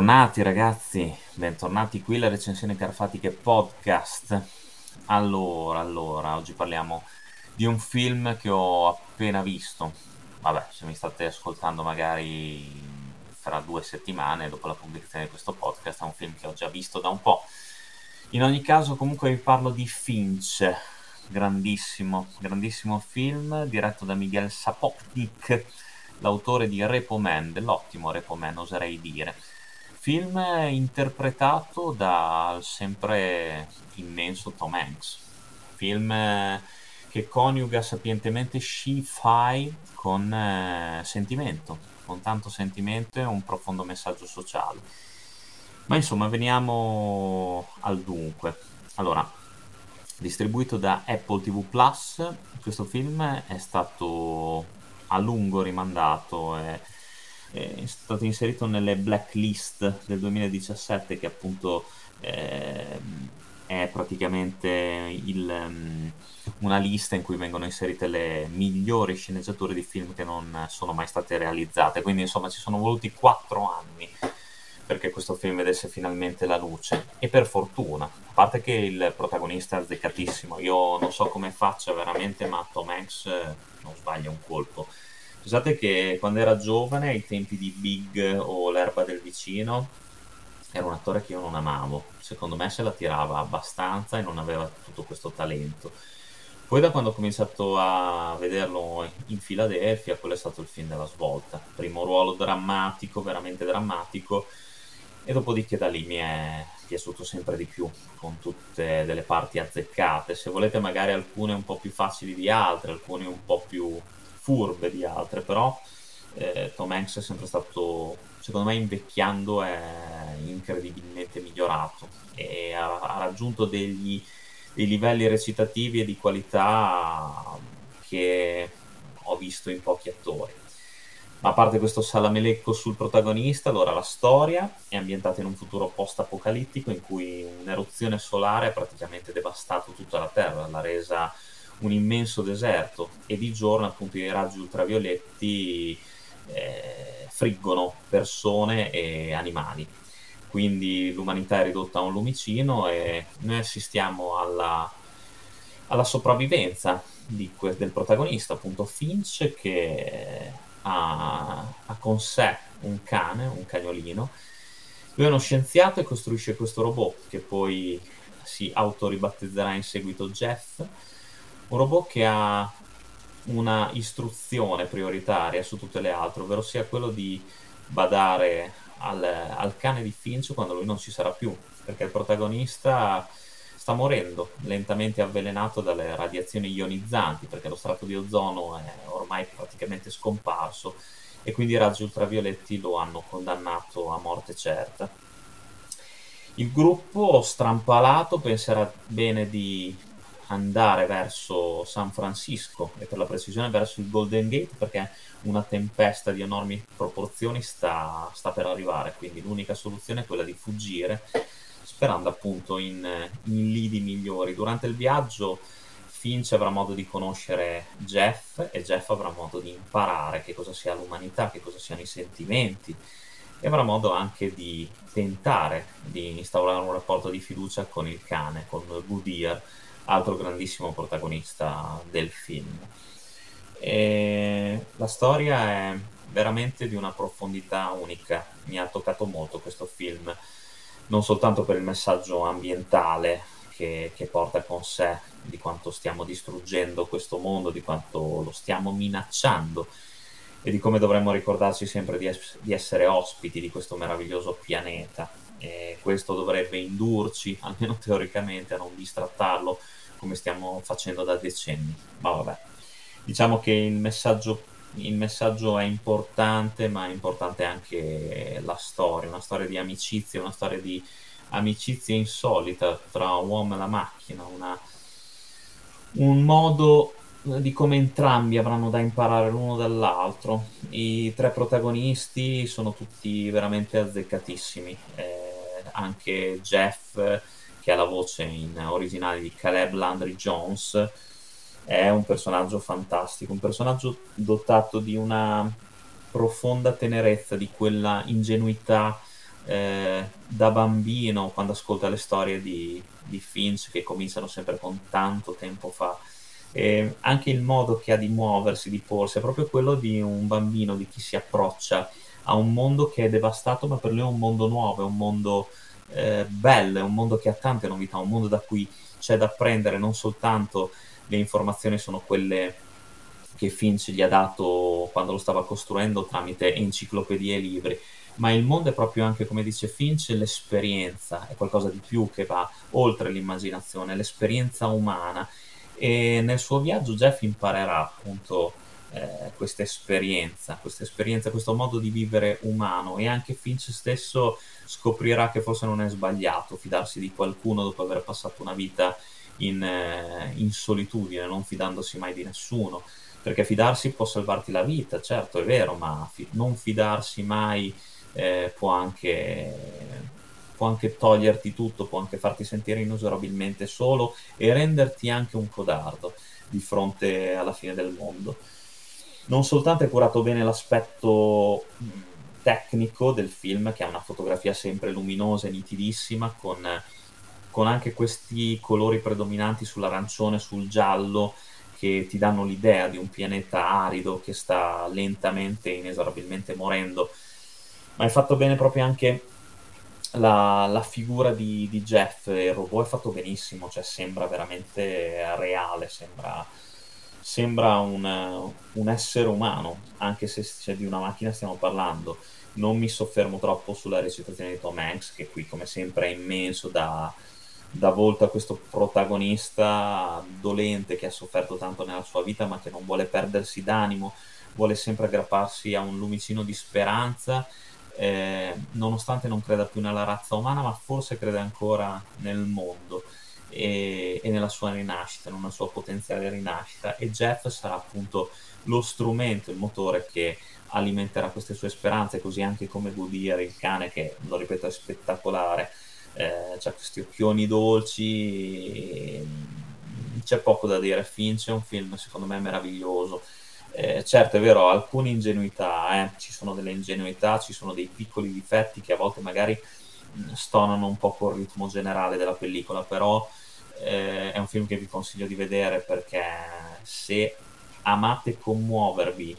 Bentornati ragazzi, bentornati qui alla recensione Carfatiche Podcast. Allora, oggi parliamo di un film che ho appena visto. Vabbè, se mi state ascoltando magari fra 2 settimane dopo la pubblicazione di questo podcast, è un film che ho già visto da un po'. In ogni caso, comunque vi parlo di Finch, grandissimo film diretto da Miguel Sapochnik, l'autore di Repo Man, dell'ottimo Repo Man oserei dire. Film interpretato dal sempre immenso Tom Hanks. Film che coniuga sapientemente sci-fi con sentimento, con tanto sentimento e un profondo messaggio sociale. Ma insomma, veniamo al dunque. Allora, distribuito da Apple TV Plus, questo film è stato a lungo rimandato, è stato inserito nelle blacklist del 2017 che appunto è praticamente una lista in cui vengono inserite le migliori sceneggiature di film che non sono mai state realizzate, quindi insomma ci sono voluti 4 anni perché questo film vedesse finalmente la luce, e per fortuna, a parte che il protagonista è azzeccatissimo, io non so come faccia veramente, ma Tom Hanks non sbaglia un colpo. Pensate che quando era giovane, ai tempi di Big o L'erba del vicino, era un attore che io non amavo, secondo me se la tirava abbastanza e non aveva tutto questo talento. Poi da quando ho cominciato a vederlo in Filadelfia, quello è stato il film della svolta. Primo ruolo drammatico, veramente drammatico, e dopodiché da lì mi è piaciuto sempre di più, con tutte delle parti azzeccate. Se volete magari alcune un po' più facili di altre, alcune un po' più furbe di altre, però Tom Hanks è sempre stato, secondo me, invecchiando è incredibilmente migliorato e ha raggiunto dei livelli recitativi e di qualità che ho visto in pochi attori. Ma a parte questo salamelecco sul protagonista, allora la storia è ambientata in un futuro post-apocalittico in cui un'eruzione solare ha praticamente devastato tutta la Terra, l'ha resa un immenso deserto, e di giorno appunto i raggi ultravioletti friggono persone e animali. Quindi l'umanità è ridotta a un lumicino e noi assistiamo alla sopravvivenza del protagonista, appunto Finch, che ha con sé un cane, un cagnolino. Lui è uno scienziato e costruisce questo robot che poi si autoribattezzerà in seguito Jeff, un robot che ha una istruzione prioritaria su tutte le altre, ovvero sia quello di badare al cane di Finch quando lui non ci sarà più, perché il protagonista sta morendo, lentamente avvelenato dalle radiazioni ionizzanti, perché lo strato di ozono è ormai praticamente scomparso e quindi i raggi ultravioletti lo hanno condannato a morte certa. Il gruppo, strampalato, penserà bene di andare verso San Francisco, e per la precisione verso il Golden Gate, perché una tempesta di enormi proporzioni sta per arrivare, quindi l'unica soluzione è quella di fuggire, sperando appunto in lidi migliori. Durante il viaggio Finch avrà modo di conoscere Jeff e Jeff avrà modo di imparare che cosa sia l'umanità, che cosa siano i sentimenti, e avrà modo anche di tentare di instaurare un rapporto di fiducia con il cane, con Goodyear, altro grandissimo protagonista del film. E la storia è veramente di una profondità unica, mi ha toccato molto questo film, non soltanto per il messaggio ambientale che porta con sé, di quanto stiamo distruggendo questo mondo, di quanto lo stiamo minacciando e di come dovremmo ricordarci sempre di essere ospiti di questo meraviglioso pianeta. E questo dovrebbe indurci, almeno teoricamente, a non distrattarlo come stiamo facendo da decenni. Ma vabbè, diciamo che il messaggio è importante, ma è importante anche la storia, una storia di amicizia, una storia di amicizia insolita tra un uomo e la macchina, un modo di come entrambi avranno da imparare l'uno dall'altro. I tre protagonisti sono tutti veramente azzeccatissimi, anche Jeff, che ha la voce in originale di Caleb Landry Jones, è un personaggio fantastico, un personaggio dotato di una profonda tenerezza, di quella ingenuità da bambino, quando ascolta le storie di Finch, che cominciano sempre con tanto tempo fa, anche il modo che ha di muoversi, di porsi, è proprio quello di un bambino, di chi si approccia a un mondo che è devastato, ma per lui è un mondo nuovo, è un mondo bello, è un mondo che ha tante novità, un mondo da cui c'è da prendere. Non soltanto le informazioni sono quelle che Finch gli ha dato quando lo stava costruendo tramite enciclopedie e libri, ma il mondo è proprio anche, come dice Finch, l'esperienza, è qualcosa di più che va oltre l'immaginazione, l'esperienza umana. E nel suo viaggio Jeff imparerà appunto questa esperienza, questo modo di vivere umano, e anche Finch stesso scoprirà che forse non è sbagliato fidarsi di qualcuno dopo aver passato una vita in solitudine, non fidandosi mai di nessuno, perché fidarsi può salvarti la vita, certo è vero, ma non fidarsi mai può anche toglierti tutto, può anche farti sentire inesorabilmente solo e renderti anche un codardo di fronte alla fine del mondo. Non soltanto è curato bene l'aspetto tecnico del film, che ha una fotografia sempre luminosa e nitidissima, con anche questi colori predominanti sull'arancione, sul giallo, che ti danno l'idea di un pianeta arido che sta lentamente e inesorabilmente morendo. Ma è fatto bene proprio anche la figura di Jeff, il robot è fatto benissimo, cioè sembra veramente reale, sembra un essere umano, anche se di una macchina stiamo parlando. Non mi soffermo troppo sulla recitazione di Tom Hanks, che qui come sempre è immenso, da volto a questo protagonista dolente che ha sofferto tanto nella sua vita, ma che non vuole perdersi d'animo, vuole sempre aggrapparsi a un lumicino di speranza, nonostante non creda più nella razza umana, ma forse crede ancora nel mondo e nella sua rinascita, in una sua potenziale rinascita. E Jeff sarà appunto lo strumento, il motore che alimenterà queste sue speranze, così anche come Goodyear, il cane, che, lo ripeto, è spettacolare. C'ha questi occhioni dolci, c'è poco da dire. Finch è un film secondo me meraviglioso. Certo, è vero, alcune ingenuità, ci sono delle ingenuità, ci sono dei piccoli difetti che a volte magari stonano un po' col ritmo generale della pellicola, però è un film che vi consiglio di vedere, perché se amate commuovervi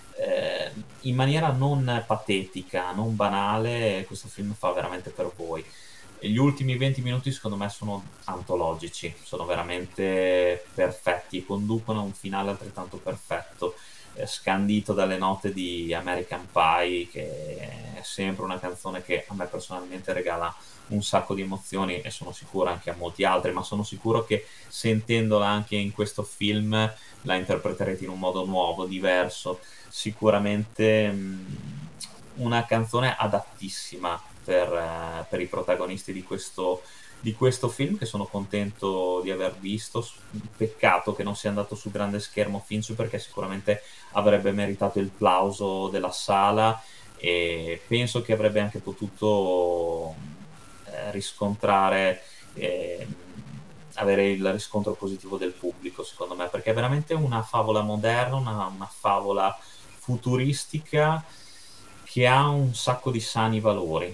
in maniera non patetica, non banale, questo film fa veramente per voi. E gli ultimi 20 minuti secondo me sono antologici, sono veramente perfetti e conducono a un finale altrettanto perfetto, scandito dalle note di American Pie, che è sempre una canzone che a me personalmente regala un sacco di emozioni, e sono sicuro anche a molti altri, ma sono sicuro che sentendola anche in questo film la interpreterete in un modo nuovo, diverso. Sicuramente una canzone adattissima per i protagonisti di questo film, che sono contento di aver visto. Peccato che non sia andato su grande schermo Finch, perché sicuramente avrebbe meritato il plauso della sala, e penso che avrebbe anche potuto riscontrare, avere il riscontro positivo del pubblico, secondo me, perché è veramente una favola moderna, una favola futuristica che ha un sacco di sani valori.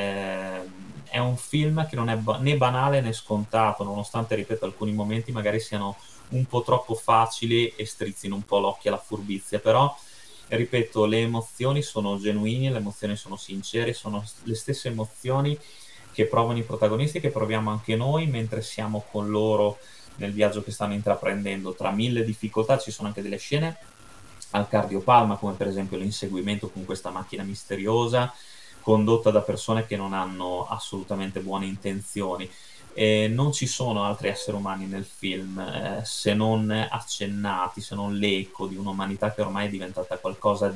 È un film che non è né banale né scontato, nonostante, ripeto, alcuni momenti magari siano un po' troppo facili e strizzino un po' l'occhio alla furbizia, però ripeto, le emozioni sono genuine, le emozioni sono sincere, sono le stesse emozioni che provano i protagonisti, che proviamo anche noi mentre siamo con loro nel viaggio che stanno intraprendendo. Tra mille difficoltà ci sono anche delle scene al cardiopalma, come per esempio l'inseguimento con questa macchina misteriosa condotta da persone che non hanno assolutamente buone intenzioni. Non ci sono altri esseri umani nel film, se non accennati, se non l'eco di un'umanità che ormai è diventata qualcosa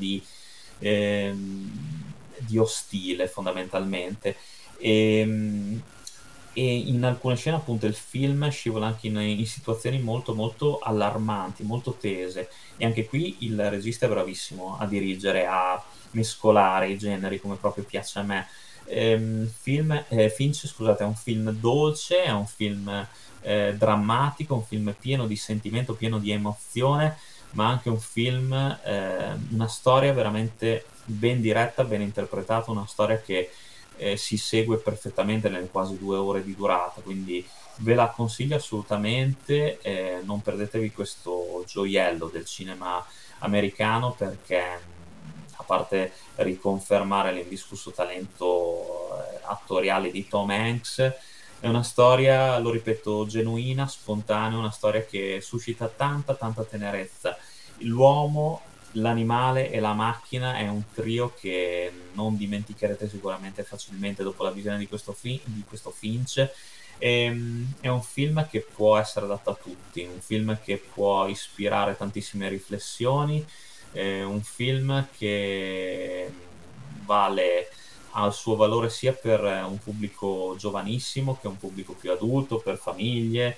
di ostile, fondamentalmente. E, e in alcune scene appunto il film scivola anche in situazioni molto molto allarmanti, molto tese, e anche qui il regista è bravissimo a dirigere, a mescolare i generi come proprio piace a me. Finch, scusate, è un film dolce, è un film drammatico, un film pieno di sentimento, pieno di emozione, ma anche un film, una storia veramente ben diretta, ben interpretata, una storia che si segue perfettamente nelle quasi 2 ore di durata, quindi ve la consiglio assolutamente, non perdetevi questo gioiello del cinema americano perché a parte riconfermare l'indiscusso talento attoriale di Tom Hanks, è una storia, lo ripeto, genuina, spontanea, una storia che suscita tanta tanta tenerezza. L'uomo, l'animale e la macchina è un trio che non dimenticherete sicuramente facilmente dopo la visione di questo Finch. È un film che può essere adatto a tutti, un film che può ispirare tantissime riflessioni, un film che vale ha il suo valore sia per un pubblico giovanissimo che un pubblico più adulto, per famiglie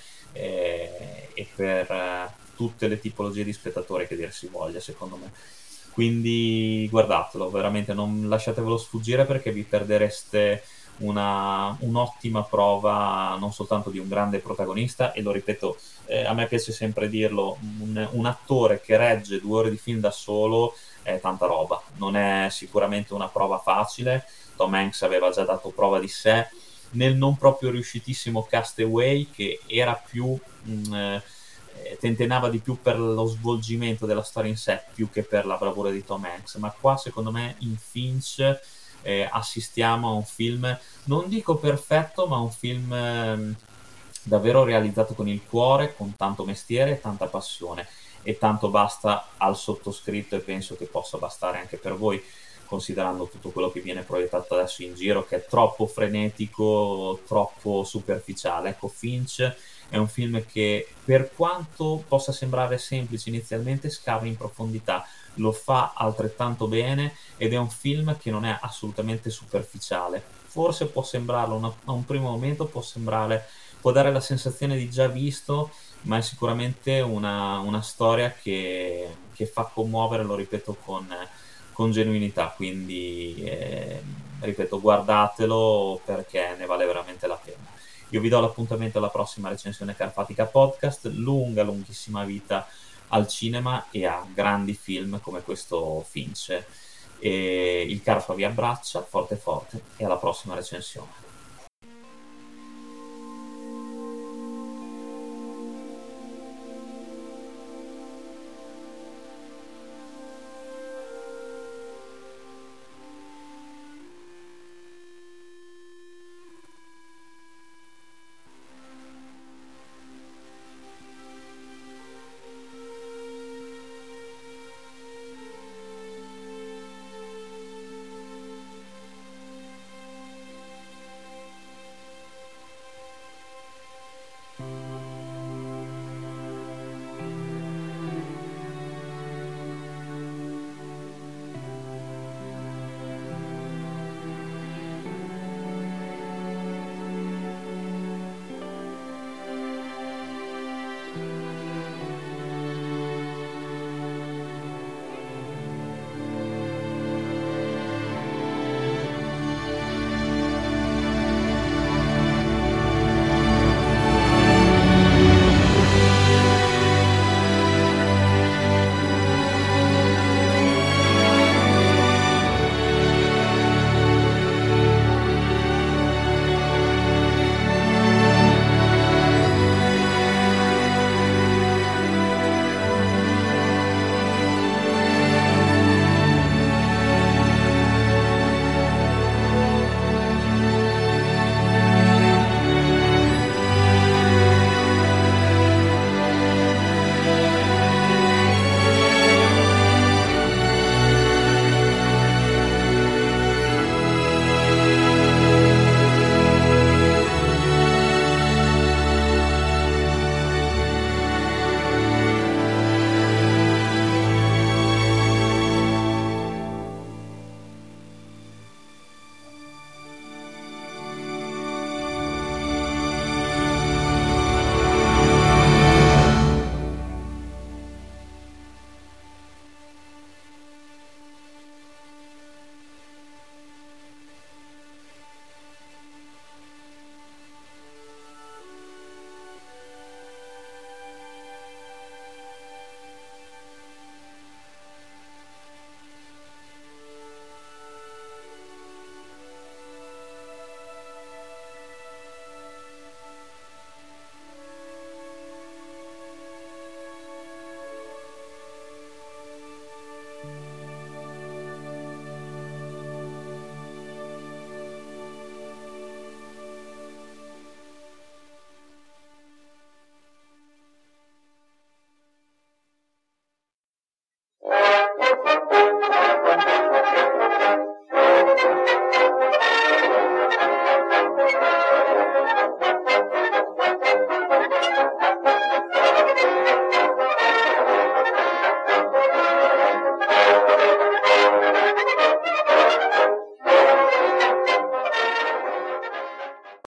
e per tutte le tipologie di spettatori che dir si voglia, secondo me. Quindi guardatelo, veramente non lasciatevelo sfuggire perché vi perdereste un'ottima prova non soltanto di un grande protagonista, e lo ripeto, a me piace sempre dirlo, un attore che regge 2 ore di film da solo è tanta roba, non è sicuramente una prova facile. Tom Hanks aveva già dato prova di sé nel non proprio riuscitissimo Castaway, che era più tentennava di più per lo svolgimento della storia in sé più che per la bravura di Tom Hanks, ma qua secondo me in Finch assistiamo a un film, non dico perfetto, ma un film davvero realizzato con il cuore, con tanto mestiere e tanta passione, e tanto basta al sottoscritto e penso che possa bastare anche per voi, considerando tutto quello che viene proiettato adesso in giro, che è troppo frenetico, troppo superficiale. Ecco, Finch è un film che, per quanto possa sembrare semplice inizialmente, scava in profondità, lo fa altrettanto bene ed è un film che non è assolutamente superficiale. Forse può sembrarlo, a un primo momento può dare la sensazione di già visto, ma è sicuramente una storia che fa commuovere, lo ripeto, con genuinità, quindi ripeto, guardatelo perché ne vale veramente la pena. Io vi do l'appuntamento alla prossima recensione Carpatica Podcast, lunghissima vita al cinema e a grandi film come questo Finch. E il Carpa vi abbraccia forte forte e alla prossima recensione.